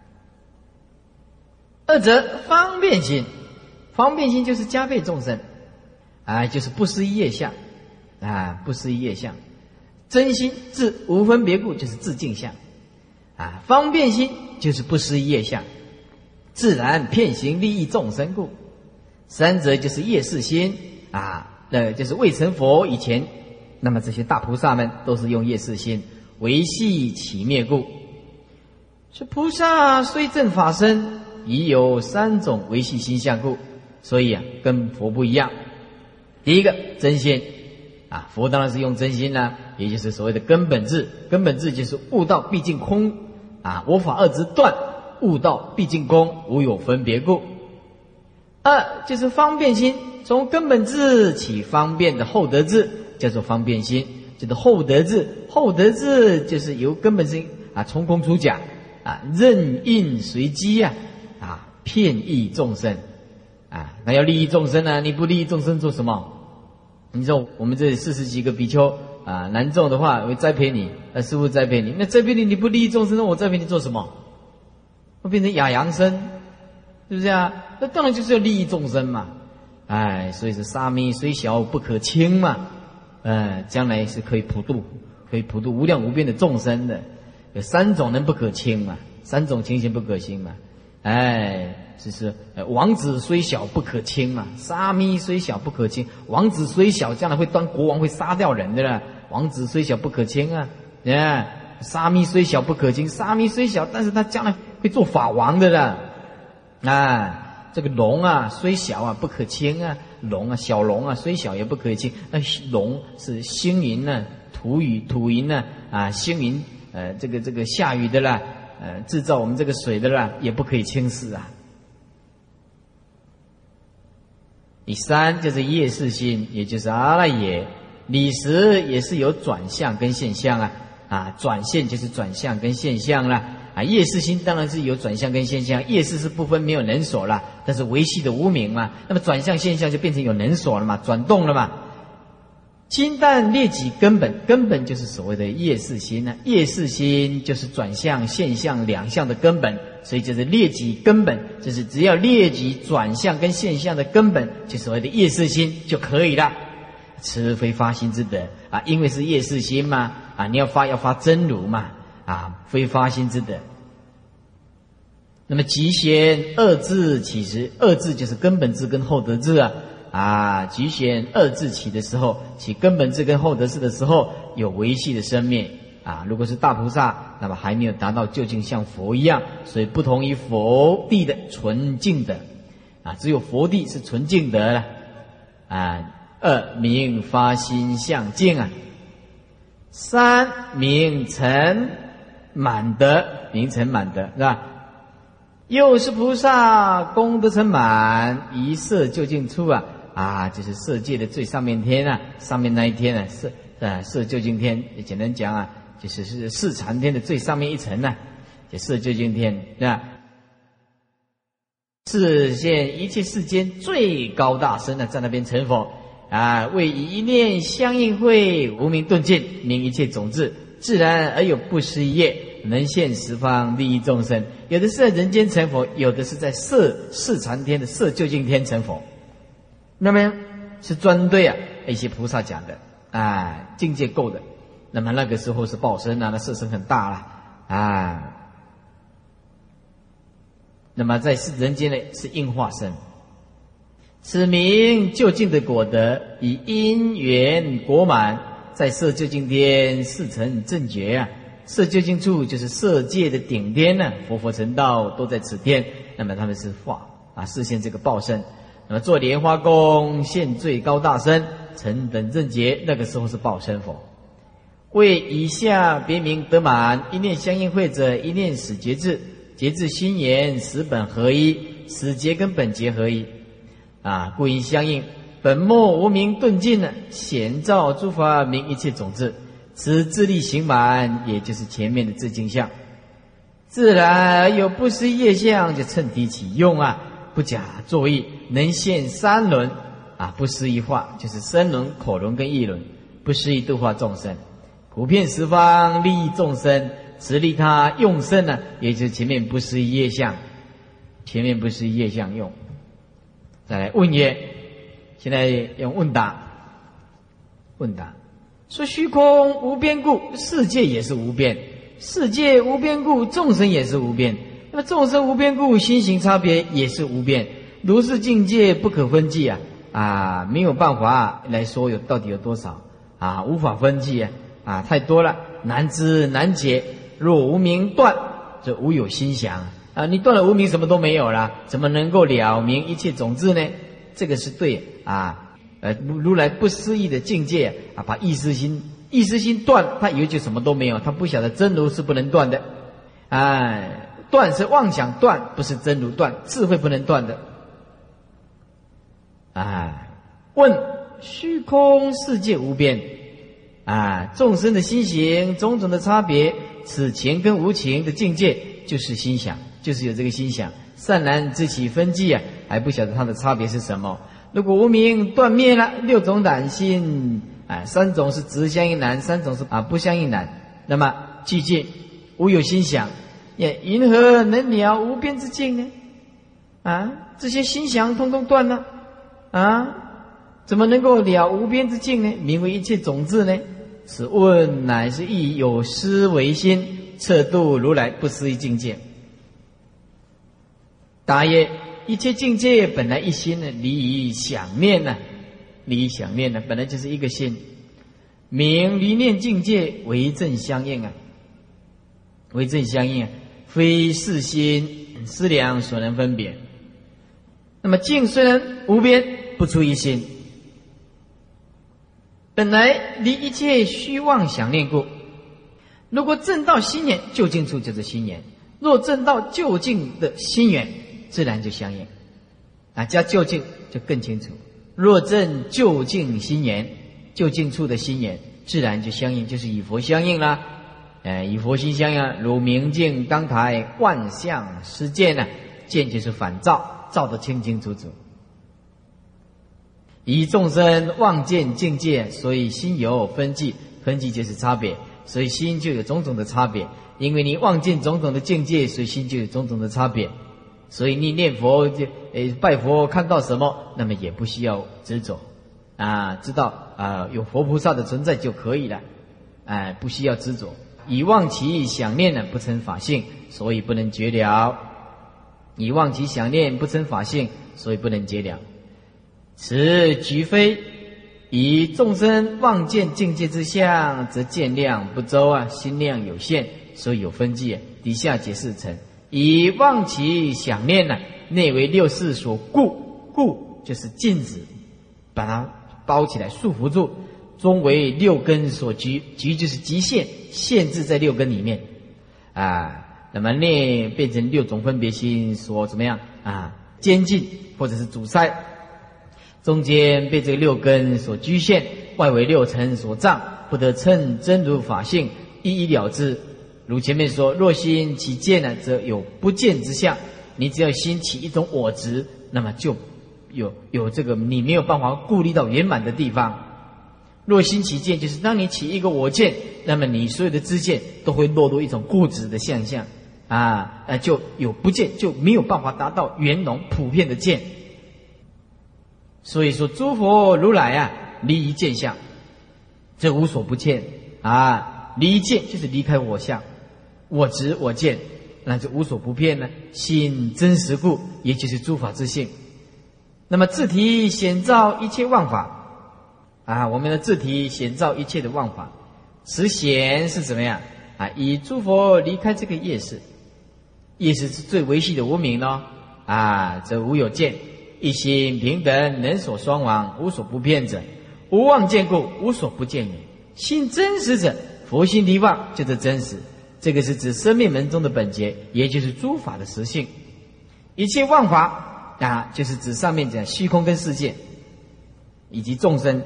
二则方便心。方便心就是加倍众生，啊，就是不思议业相，啊，不思议业相。真心自无分别故，就是自净相，啊，方便心就是不思议业相，自然遍行利益众生故。三者就是业事心，啊，那就是未成佛以前，那么这些大菩萨们都是用业事心维系起灭故。是菩萨虽正法身，已有三种维系心相故。所以啊，跟佛不一样。第一个真心啊，佛当然是用真心啦、啊，也就是所谓的根本智。根本智就是悟道毕竟空啊，我法二执断，悟道毕竟空，无有分别故。二就是方便心，从根本智起方便的后得智，叫做方便心，叫做后得智。后得智就是由根本心啊，从空出假啊，任应随机啊，啊，遍益众生。啊，那要利益众生呢、啊？你不利益众生做什么？你说我们这四十几个比丘啊，男众的话，我栽培你，呃，师父栽培你，那栽培你你不利益众生，那我栽培你做什么？我变成哑阳生，是不是啊？那当然就是要利益众生嘛。哎，所以是沙弥虽小不可轻嘛。呃，将来是可以普度，可以普度无量无边的众生的。有三种人不可轻嘛，三种情形不可轻嘛。哎。就是，呃，王子虽小不可轻嘛，沙弥虽小不可轻。王子虽小，将来会当国王，会杀掉人的啦。王子虽小不可轻啊，啊，沙弥虽小不可轻，沙弥虽小，但是他将来会做法王的啦。啊，这个龙啊，虽小啊不可轻啊，龙啊，小龙啊，虽小也不可轻。那龙是星云呢，土雨土云呢，啊，星云，呃，这个这个下雨的啦，呃，制造我们这个水的啦，也不可以轻视啊。第三就是业事心，也就是阿赖耶。理实也是有转向跟现象啊，啊，转现就是转向跟现象啦，啊，业事心当然是有转向跟现象，业事是不分没有能所啦，但是维系的无明嘛，那么转向现象就变成有能所了嘛，转动了嘛。清淡列举根本，根本就是所谓的业事心呢、啊，业事心就是转向现象两项的根本，所以就是列举根本，就是只要列举转向跟现象的根本，就所谓的业事心就可以了。此非发心之德啊，因为是业事心嘛，啊，你要发要发真如嘛，啊，非发心之德。那么极显二字起时，二字就是根本字跟后得字啊。啊，极显二字起的时候，起根本字跟后得字的时候，有维系的生灭啊。如果是大菩萨，那么还没有达到究竟像佛一样，所以不同于佛地的纯净德啊，只有佛地是纯净德了啊。二名发心向净啊，三名成满德，名成满德是吧？又是菩萨功德成满，一色究竟处啊啊，就是色界的最上面天啊，上面那一天啊，色啊色究竟天，简单讲啊，就是是四禅天的最上面一层呢、啊，就色究竟天是吧？示现一切世间最高大身的、啊、在那边成佛啊，为以一念相应会，无名顿尽，名一切种子，自然而有不思议业，能现十方利益众生。有的是在人间成佛，有的是在色四禅天的色究竟天成佛。那么是专对啊一些菩萨讲的啊，境界够的。那么那个时候是报身啊，那色身很大了啊。那么在人间呢是应化身，此名究竟的果德，以因缘果满，在色究竟天四成正觉啊。色究竟处就是色界的顶天呢、啊，佛佛成道都在此天。那么他们是化啊，示现这个报身。那么做莲花功，现最高大身，成等正觉，那个时候是报身佛。为以下别名得满，一念相应会者，一念使觉智，觉智心言使本合一，使觉跟本觉合一啊，故因相应。本末无明顿尽了，显照诸法明一切种子。此自力行满，也就是前面的自净相，自然而有不思议业相，就趁机起用啊，不假作意，能现三轮啊，不思议化，就是身轮、口轮跟意轮，不思议度化众生，普遍十方利益众生，此利他用身呢、啊，也就是前面不思议业相，前面不思议业相用。再来问也，现在用问答，问答。说虚空无边故，世界也是无边；世界无边故，众生也是无边。那么众生无边故，心行差别也是无边。如是境界不可分计啊啊，没有办法来说有到底有多少啊，无法分计啊啊，太多了，难知难解。若无明断，就无有心想啊，你断了无明，什么都没有了，怎么能够了明一切种子呢？这个是对啊。呃，如来不思议的境界啊，把意识心意识心断，他以为就什么都没有，他不晓得真如是不能断的，哎，断是妄想断，不是真如断，智慧不能断的。哎，问虚空世界无边啊，众生的心行种种的差别，此情跟无情的境界就是心想，就是有这个心想，善男之起分际啊，还不晓得它的差别是什么。如果无明断灭了，六种染心啊，三种是直相应难，三种是啊不相应难。那么寂静无有心想，也云何能了无边之境呢？啊，这些心想通通断了啊，怎么能够了无边之境呢？名为一切种子呢？此问乃是以有思为心，测度如来不思议境界。答曰：一切境界本来一心呢，离于想念呢、啊，离于想念呢，本来就是一个心。名离念境界为正相应啊，为正相应啊，非是心思量所能分别。那么境虽然无边，不出一心，本来离一切虚妄想念故。如果正到心眼，究竟处就是心眼；若正到究竟的心眼，自然就相应啊，加究竟就更清楚。若正究竟心眼，究竟处的心眼，自然就相应，就是与佛相应啦。呃，与佛心相应，如明镜当台，万象施见呢、啊，见就是反照，照得清清楚楚。以众生望见境界，所以心有分际，分际就是差别，所以心就有种种的差别。因为你望见种种的境界，所以心就有种种的差别。所以你念佛就诶拜佛看到什么，那么也不需要执着啊，知道啊有佛菩萨的存在就可以了，哎，不需要执着。以忘其想念呢，不成法性，所以不能觉了。以忘其想念不成法性，所以不能觉了。此举非以众生望见境界之相，则见量不周啊，心量有限，所以有分际啊。底下解释成：以望其想念呢、啊，内为六识所固，固就是禁止，把它包起来束缚住；中为六根所局，局就是极限，限制在六根里面啊。那么内变成六种分别心所怎么样啊？监禁或者是阻塞。中间被这个六根所局限，外为六尘所障，不得称真如法性，一一了之。如前面说，若心起见呢，则有不见之相。你只要心起一种我执，那么就有有这个你没有办法顾虑到圆满的地方。若心起见，就是当你起一个我见，那么你所有的知见都会落入一种固执的现象啊，呃，就有不见，就没有办法达到圆融普遍的见。所以说，诸佛如来啊，离一见相，这无所不见啊。离见就是离开我相，我执我见，那就无所不遍呢。心真实故，也就是诸法之性。那么自体显照一切妄法啊，我们的自体显照一切的妄法，此显是怎么样啊？以诸佛离开这个业识，业识是最维系的无明咯啊，则无有见。一心平等，人所双亡，无所不遍者，无妄见故，无所不见也。心真实者，佛心离妄，就是真实。这个是指生命门中的本节，也就是诸法的实性。一切妄法啊，就是指上面讲虚空跟世界，以及众生。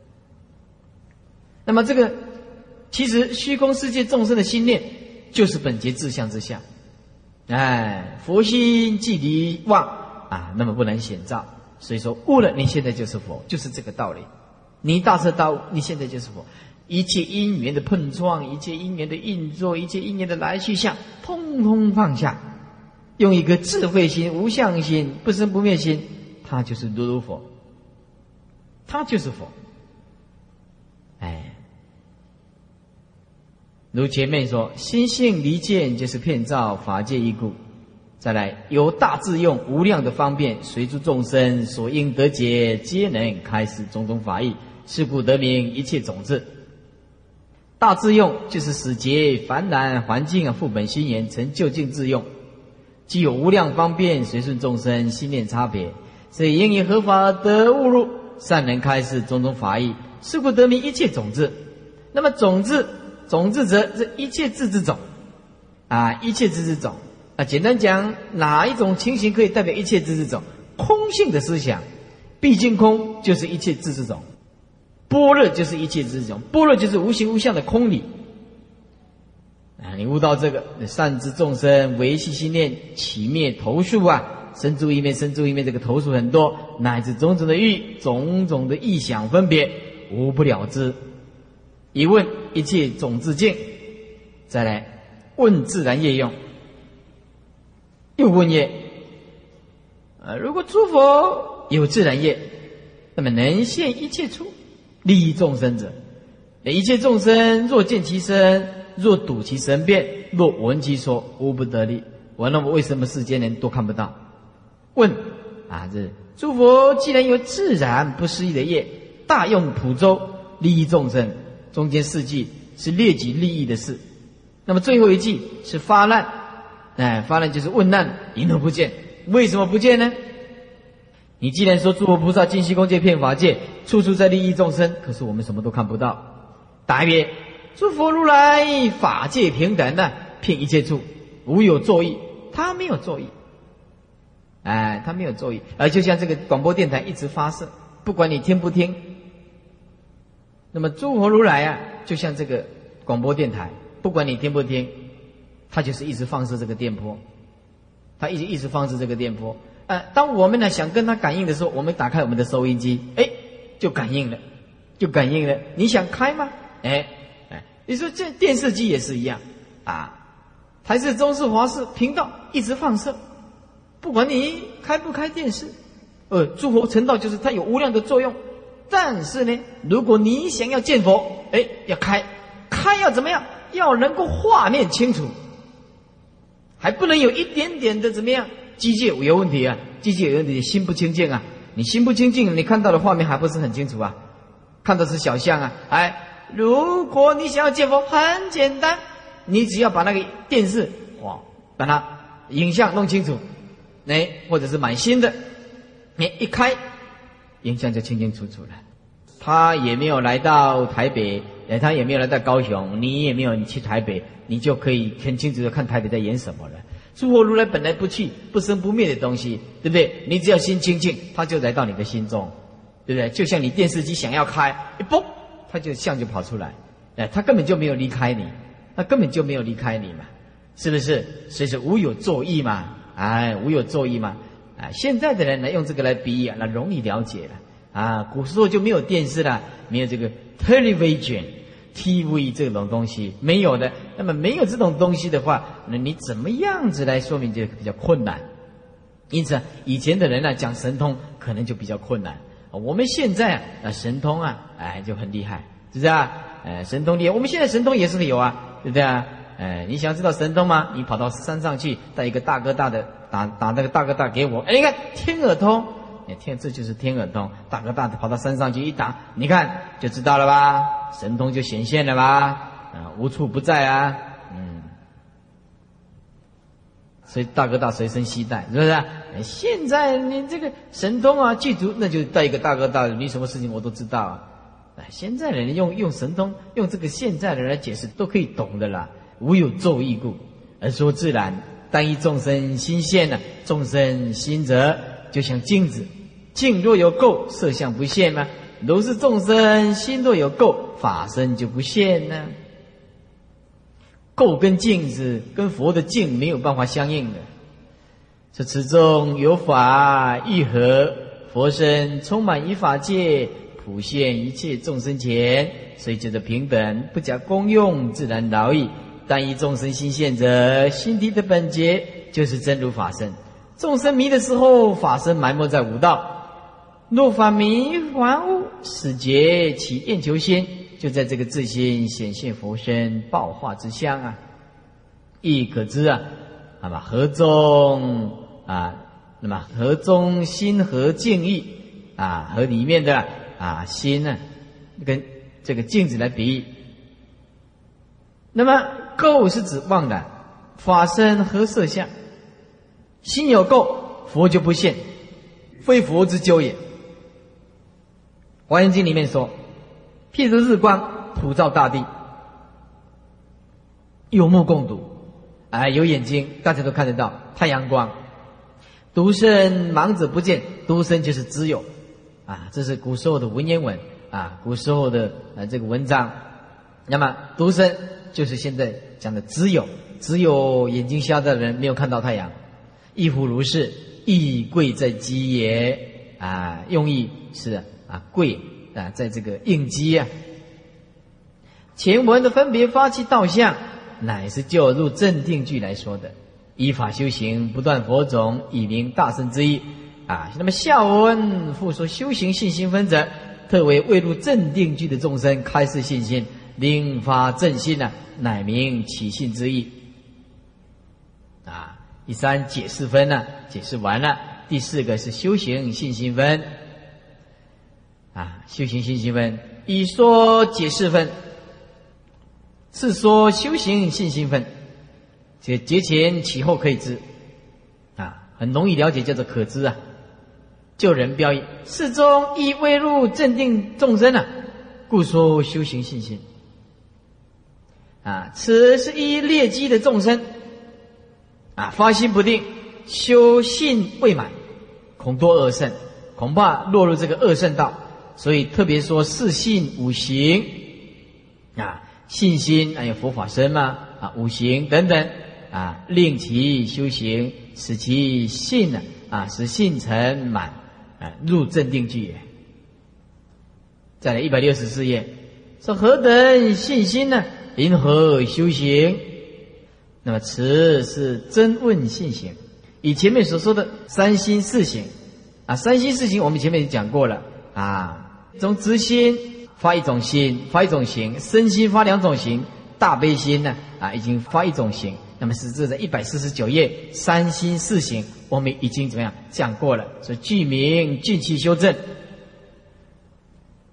那么这个其实虚空世界众生的心念，就是本节自相之相。哎，佛心既离妄。啊，那么不能显照，所以说悟了，你现在就是佛，就是这个道理。你大彻大悟，你现在就是佛。一切因缘的碰撞，一切因缘的运作，一切因缘的来去相，通通放下，用一个智慧心、无相心、不生不灭心，他就是如如佛，他就是佛。哎，如前面说，心性离见就是遍照法界一故。再来，有大智用无量的方便，随诸众生所应得解，皆能开示种种法义，是故得名一切种子。大智用就是使解烦难环境啊，副本心言成究竟智用，既有无量方便，随顺众生心念差别，所以应以合法得悟入，善能开示种种法义，是故得名一切种子。那么种子，种子者是一切智之种啊，一切智之种。啊，简单讲，哪一种情形可以代表一切智之种？空性的思想，毕竟空就是一切智之种，般若就是一切智之种，般若就是无形无相的空理。啊，你悟到这个，善知众生维系心念起灭投数啊，生住一面，生住一面，这个投数很多，乃至种种的欲，种种的意想分别，无不了之。一问一切种自净，再来问自然业用。又问业，啊，如果诸佛有自然业，那么能现一切处，利益众生者，那一切众生若见其身，若睹其神变，若闻其说，无不得利。我那么为什么世间人都看不到？问啊，这诸佛既然有自然不思议的业，大用普周利益众生，中间四句是列举利益的事，那么最后一句是发难。哎，发难就是问难，因何不见？为什么不见呢？你既然说诸佛菩萨尽虚空界遍法界，处处在利益众生，可是我们什么都看不到。答曰：诸佛如来法界平等的，遍一切处，无有作意。他没有作意，哎，他没有作意。而就像这个广播电台一直发射，不管你听不听，那么诸佛如来啊，就像这个广播电台，不管你听不听，它就是一直放射这个电波，它一直一直放射这个电波。呃，当我们呢想跟它感应的时候，我们打开我们的收音机，哎，就感应了，就感应了。你想开吗？哎哎，你说这电视机也是一样啊，台视、中视、华视频道一直放射，不管你开不开电视，呃，诸佛成道就是它有无量的作用。但是呢，如果你想要见佛，哎，要开，开要怎么样？要能够画面清楚。还不能有一点点的怎么样？机械有问题啊！机械有问题，心不清净啊！你心不清净，你看到的画面还不是很清楚啊？ 看的是小象啊。哎，如果你想要见佛，很简单，你只要把那个电视哇，把它影像弄清楚，哎，或者是买新的，你一开，影像就清清楚楚了。他也没有来到台北，哎，他也没有来到高雄，你也没有你去台北，你就可以很清楚的看台北在演什么了。诸佛如来本来不去，不生不灭的东西，对不对？你只要心清净，它就来到你的心中，对不对？就像你电视机想要开，一嘣，它就像就跑出来，哎，它根本就没有离开你，它根本就没有离开你嘛，是不是？所以说无有作意嘛，哎，无有作意嘛，啊，现在的人呢用这个来比喻啊，那容易了解了啊。古时候就没有电视了，没有这个 television。T V 这种东西没有的，那么没有这种东西的话，那你怎么样子来说明就比较困难。因此，以前的人呢、啊、讲神通可能就比较困难。我们现在啊，啊神通啊，哎就很厉害，是不是啊？呃，神通厉害，我们现在神通也是有啊，对不对啊？呃，你想知道神通吗？你跑到山上去，带一个大哥大的打打那个大哥大给我，哎，你看天耳通。天，这就是天耳通，大哥大的跑到山上去一打，你看就知道了吧，神通就显现了吧，啊，无处不在啊，嗯，所以大哥大随身携带，是不是？现在你这个神通啊，具足，那就带一个大哥大，你什么事情我都知道啊。现在人用用神通，用这个现在的人来解释，都可以懂的啦，无有咒义故，而说自然。单一众生心现呢、啊，众生心则就像镜子。镜若有垢，色相不现吗？如是众生心若有垢，法身就不现呢。垢跟镜子跟佛的镜没有办法相应的。说此中有法欲合，佛身充满于法界，普现一切众生前，所以叫做平等，不假功用，自然饶益。单一众生心现者，心地的本觉就是真如法身。众生迷的时候，法身埋没在五道。若法迷还悟，始觉其厌求心，就在这个自心显现佛身报化之相啊。亦可知啊，那么河中啊，那么河中心和镜意啊，和里面的啊心呢、啊，跟这个镜子来比喻。那么垢是指妄染，法身和色相，心有垢，佛就不现，非佛之咎也。华严经里面说，譬如日光普照大地，有目共睹，哎，有眼睛，大家都看得到太阳光。独身盲者不见，独身就是只有啊，这是古时候的文言文啊，古时候的呃这个文章。那么独身就是现在讲的只有，只有眼睛瞎的人没有看到太阳。亦复如是，亦贵在机也啊，用意是啊贵啊，在这个应机啊。前文的分别发起道相，乃是就入正定句来说的。依法修行，不断佛种，以明大圣之意啊。那么下文复说修行信心分者，特为未入正定句的众生开示信心，令发正心啊，乃明起信之意啊。第三解释分呢、啊，解释完了。第四个是修行信心分啊，修行信心分，一说解释分，是说修行信心分。这节前起后可以知啊，很容易了解，叫做可知啊。就人标义，世中亦未入正定众生啊，故说修行信心啊。此是一劣迹的众生啊，发心不定，修信未满，恐多恶圣，恐怕落入这个恶圣道，所以特别说四信五行啊，信心还有佛法身嘛啊，五行等等啊，令其修行，使其信呢啊，使信成满啊，入正定句也。再来一百六十四页，说何等信心呢？因何修行？那么此是真问信行，以前面所说的三心四行啊，三心四行我们前面已经讲过了啊，从直心发一种心，发一种行，身心发两种行，大悲心呢啊已经发一种行。那么是这在一百四十九页三心四行，我们已经怎么样讲过了？所以具名尽气修正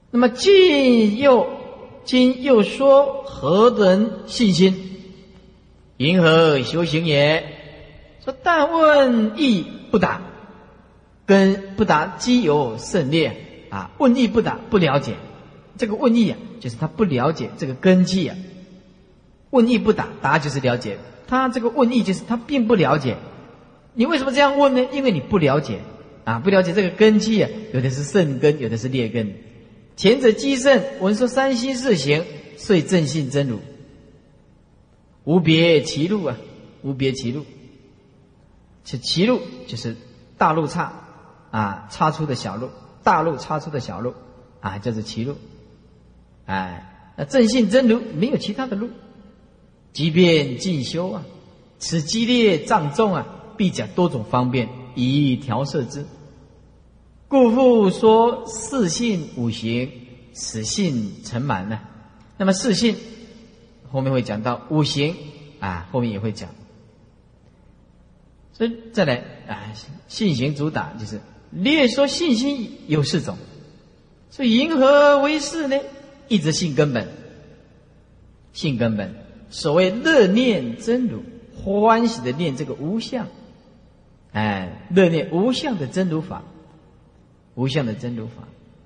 那么今又今又说何等信心？云何修行也？说但问亦不答，跟不答机有甚烈啊！问亦不答，不了解这个问亦啊，就是他不了解这个根基啊。问亦不答，答就是了解。他这个问亦就是他并不了解。你为什么这样问呢？因为你不了解啊，不了解这个根基啊，有的是甚根，有的是劣根。前者积甚，闻说三心四行，遂正信真如。无别其路啊，无别其路。这其路就是大路岔啊，岔出的小路，大路岔出的小路啊，叫做其路。哎，那正信真如没有其他的路，即便进修啊，此激烈障重啊，必讲多种方便以调摄之。故复说四性五行，此性成满呢。那么四性后面会讲到，五行啊后面也会讲。所以再来啊，性行主打就是略说信心有四种。所以银何为是呢？一直性根本，性根本，所谓乐念真如，欢喜的念这个无相，哎，乐念无相的真如法。无相的真如法，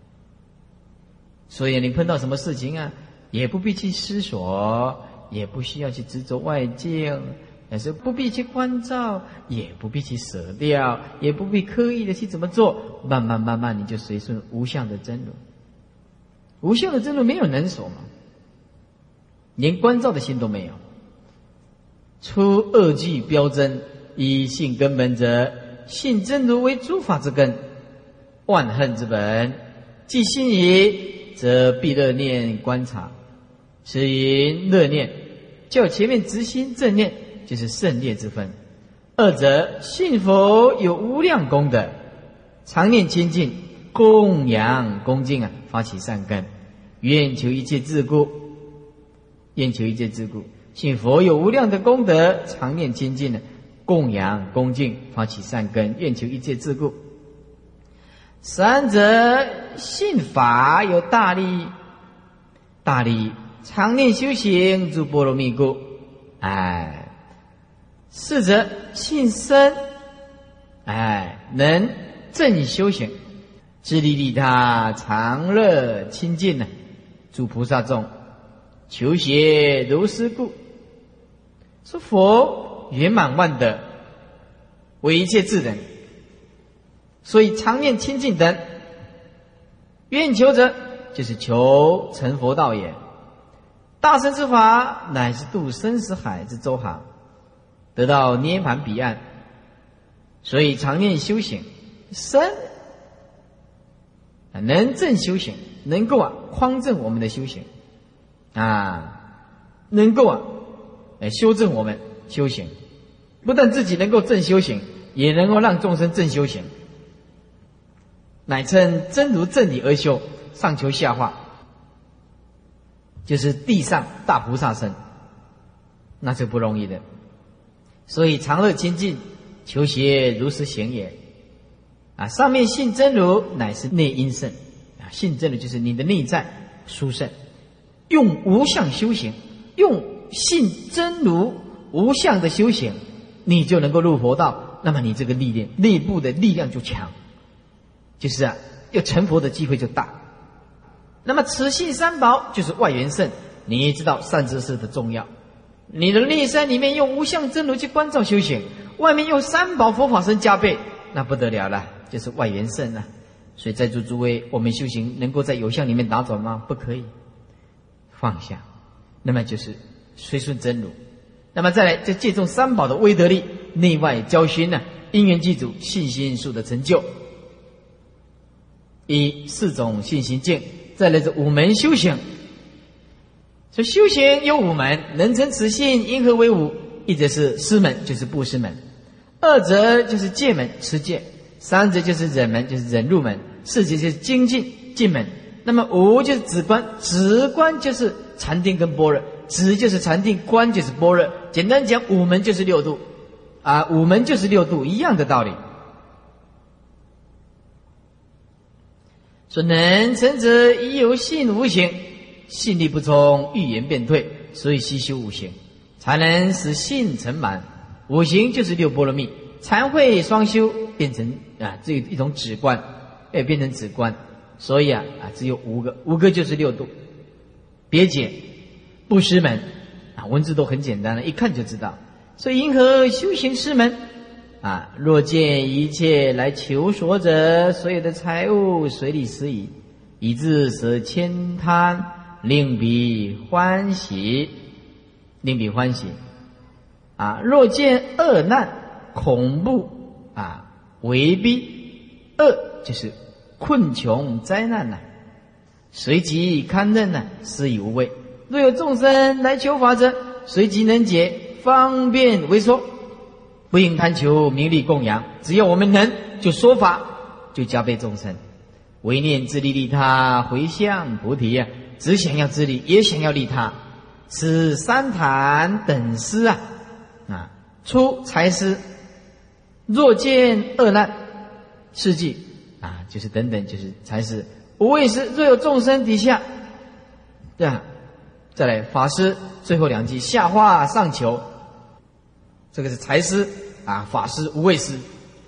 所以你碰到什么事情啊，也不必去思索，也不需要去执着外境，但是不必去关照，也不必去舍掉，也不必刻意的去怎么做，慢慢慢慢你就随顺无相的真如。无相的真如没有能所嘛，连关照的心都没有。出二句标真，以性根本者，性真如为诸法之根。万恨之本，既心疑，则必乐念观察。此因乐念，较前面直心正念，就是胜劣之分。二者信佛有无量功德，常念清净，供养恭敬啊，发起善根，愿求一切自故。愿求一切自故，信佛有无量的功德，常念清净呢，供养恭敬，发起善根，愿求一切自故。三者信法有大利，大利常念修行诸波罗蜜故。哎，四者信身，哎，能正修行，自利利他，常乐清净呢，诸菩萨众求学如是故。说佛圆满万德，为一切智人。所以常念清净等，愿求者就是求成佛道也。大乘之法乃是度生死海之舟航，得到涅盘彼岸。所以常念修行，身能正修行，能够啊匡正我们的修行啊，能够啊来修正我们修行，不但自己能够正修行，也能够让众生正修行。乃称真如正理而修，上求下化，就是地上大菩萨身，那就不容易的。所以常乐清净，求学如实行也。啊，上面信真如乃是内因圣啊，信真如就是你的内在殊胜，用无相修行，用信真如无相的修行，你就能够入佛道，那么你这个历练内部的力量就强。就是啊，要成佛的机会就大。那么此信三宝就是外缘圣，你也知道善知识的重要。你的内山里面用无相真如去关照修行，外面用三宝佛法身加倍，那不得了了，就是外缘圣啊。所以在座诸位，我们修行能够在有相里面打转吗？不可以，放下。那么就是随顺真如。那么再来，就借重三宝的威德力，内外交熏呢、啊，因缘具足，信心术的成就。以四种信心境，再来这五门修行。所以修行有五门，能成此信，因何为五？一则是施门，就是布施门；二则就是戒门，持戒；三则就是忍门，就是忍入门；四则就是精进，进门。那么五就是止观，止观就是禅定跟般若，止就是禅定，观就是般若。简单讲，五门就是六度啊，五门就是六度，一样的道理。 说能成者已有信无行，信力不充，欲言便退，所以悉修五行，才能使信成满。五行就是六波罗蜜，禅会双修变成啊，这一种止观，也变成止观。所以啊啊，只有五个，五个就是六度。别解不师门啊，文字都很简单了，一看就知道。所以因何修行师门啊？若见一切来求索者，所有的财物随力施以，以致舍悭贪，令彼欢喜，令彼欢喜啊！若见恶难、恐怖啊、为逼，恶就是困穷灾难呐、啊，随即堪任呐、啊，施以无畏。若有众生来求法者，随即能解，方便为说。不应贪求名利供养，只要我们能，就说法，就加倍众生。唯念自利利他，回向菩提啊，只想要自利，也想要利他。此三坛等施啊，啊，出财施。若见恶难，事迹啊，就是等等，就是财施。无畏施，若有众生底下，对啊，再来法施，最后两句下化上求。这个是财施啊，法施、无畏施。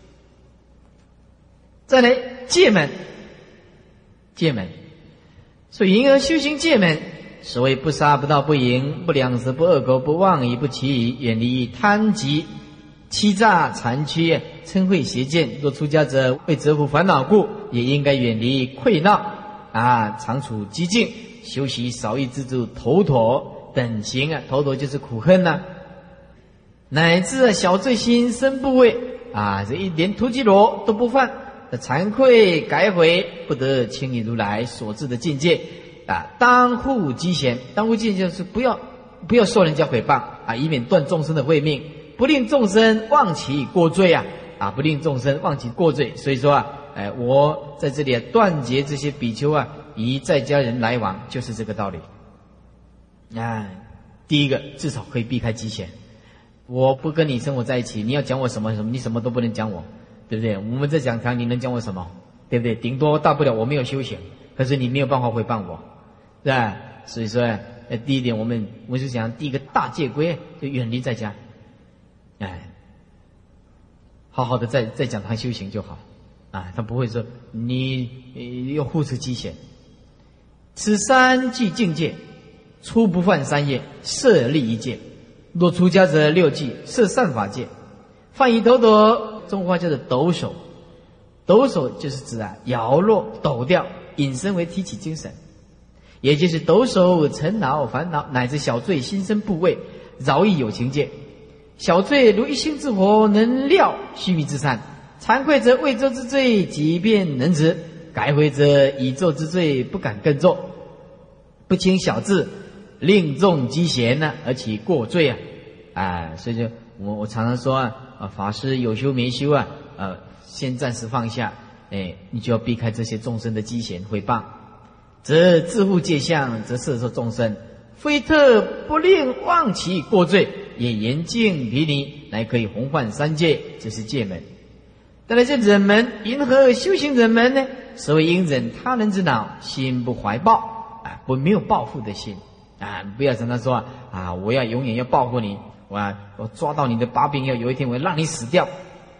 再来戒门，戒门，所以因而修行戒门，所谓不杀、不盗、不淫、不两舌、不恶口、不妄语、不绮语，远离贪嫉、欺诈、残缺、嗔恚、邪见。若出家者为折伏烦恼故，也应该远离溃闹啊，常处寂静，修习少欲自助、头陀等行啊，头陀就是苦恨呐、啊。乃至小罪心生怖畏啊，这一连突击罗都不犯，惭愧改悔，不得轻易如来所致的境界啊！当护积贤，当护积贤就是不要不要受人家诽谤啊，以免断众生的慧命，不令众生忘其过罪啊啊，不令众生忘其过罪。所以说啊，哎，我在这里啊断绝这些比丘啊与在家人来往，就是这个道理啊。第一个，至少可以避开积贤。我不跟你生活在一起，你要讲我什么什么，你什么都不能讲我，对不对？我们在讲堂，你能讲我什么？对不对？顶多大不了我没有修行，可是你没有办法诽谤我，是吧？所以说，呃，第一点，我们我就讲第一个大戒规，就远离在家，哎，好好的在在讲堂修行就好，啊，他不会说你、呃、要护持积贤。此三即境界，初不犯三业，设立一戒。若出家者六忌，设善法戒。犯以抖抖，中华叫做抖手，抖手就是指啊摇落抖掉，引申为提起精神，也就是抖手尘恼烦恼乃至小罪心生怖畏，饶益有情戒。小罪如一心之火，能料须弥之善；惭愧则未作之罪，即便能执；改悔则已作之罪，不敢更作。不轻小智，令众积贤呢、啊，而起过罪啊！啊，所以就我我常常说啊，啊法师有修没修啊，呃，先暂时放下，哎，你就要避开这些众生的积贤诽谤，则自护戒相，则摄受众生，非特不令忘其过罪，也严禁毗尼，乃可以弘范三戒，这是戒门。当然，这忍门，因何修行忍门呢？所谓因忍他人之恼，心不怀报啊，不没有报复的心。啊，不要常常说啊，我要永远要报复你，我啊，我抓到你的把柄，要有一天我要让你死掉，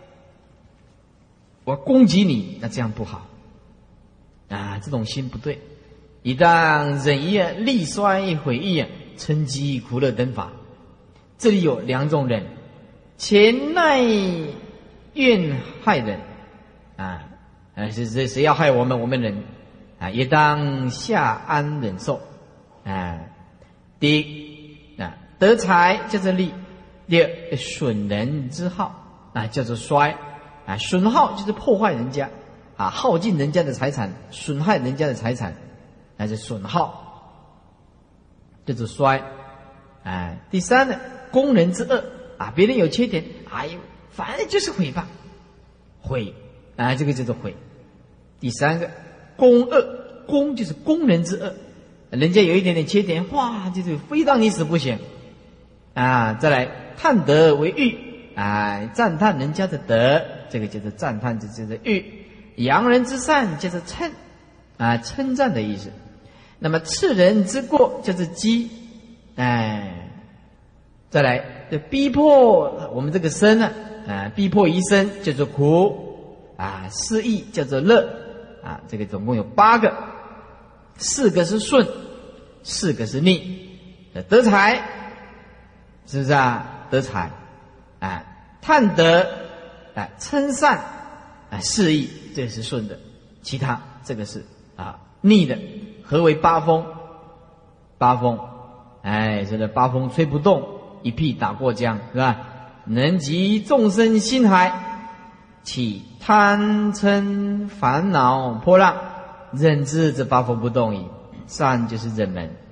我攻击你，那这样不好啊，这种心不对。以当忍一啊，力衰毁义啊，嗔饥苦乐等法。这里有两种人，前耐怨害人啊，啊，谁谁谁要害我们，我们忍啊，也当下安忍受啊。第一啊，得财叫做利；第二，损人之耗啊，叫做衰啊。损耗就是破坏人家啊，耗尽人家的财产，损害人家的财产，那是损耗，叫做衰啊。第三呢，攻人之恶啊，别人有缺点，哎呦，反正就是诽谤，毁啊，这个叫做毁。第三个，攻恶，攻就是攻人之恶。人家有一点点缺点，哇，就是非让你死不行啊！再来，叹德为誉啊，赞叹人家的德，这个叫做赞叹，这叫做誉；扬人之善叫做称啊，称赞的意思。那么刺人之过就是讥，哎，再来就逼迫我们这个身呢，啊，逼迫一生叫做苦，啊，失意叫做乐，啊，这个总共有八个，四个是顺，四个是逆，得财，是不是啊？得财，啊，探得，啊，称善，啊，示意，这个是顺的，其他这个是啊逆的。何为八风？八风，哎，这个八风吹不动，一屁打过江，是吧？能集众生心海，起贪嗔烦恼波浪，忍之这八风不动矣。善就是忍门。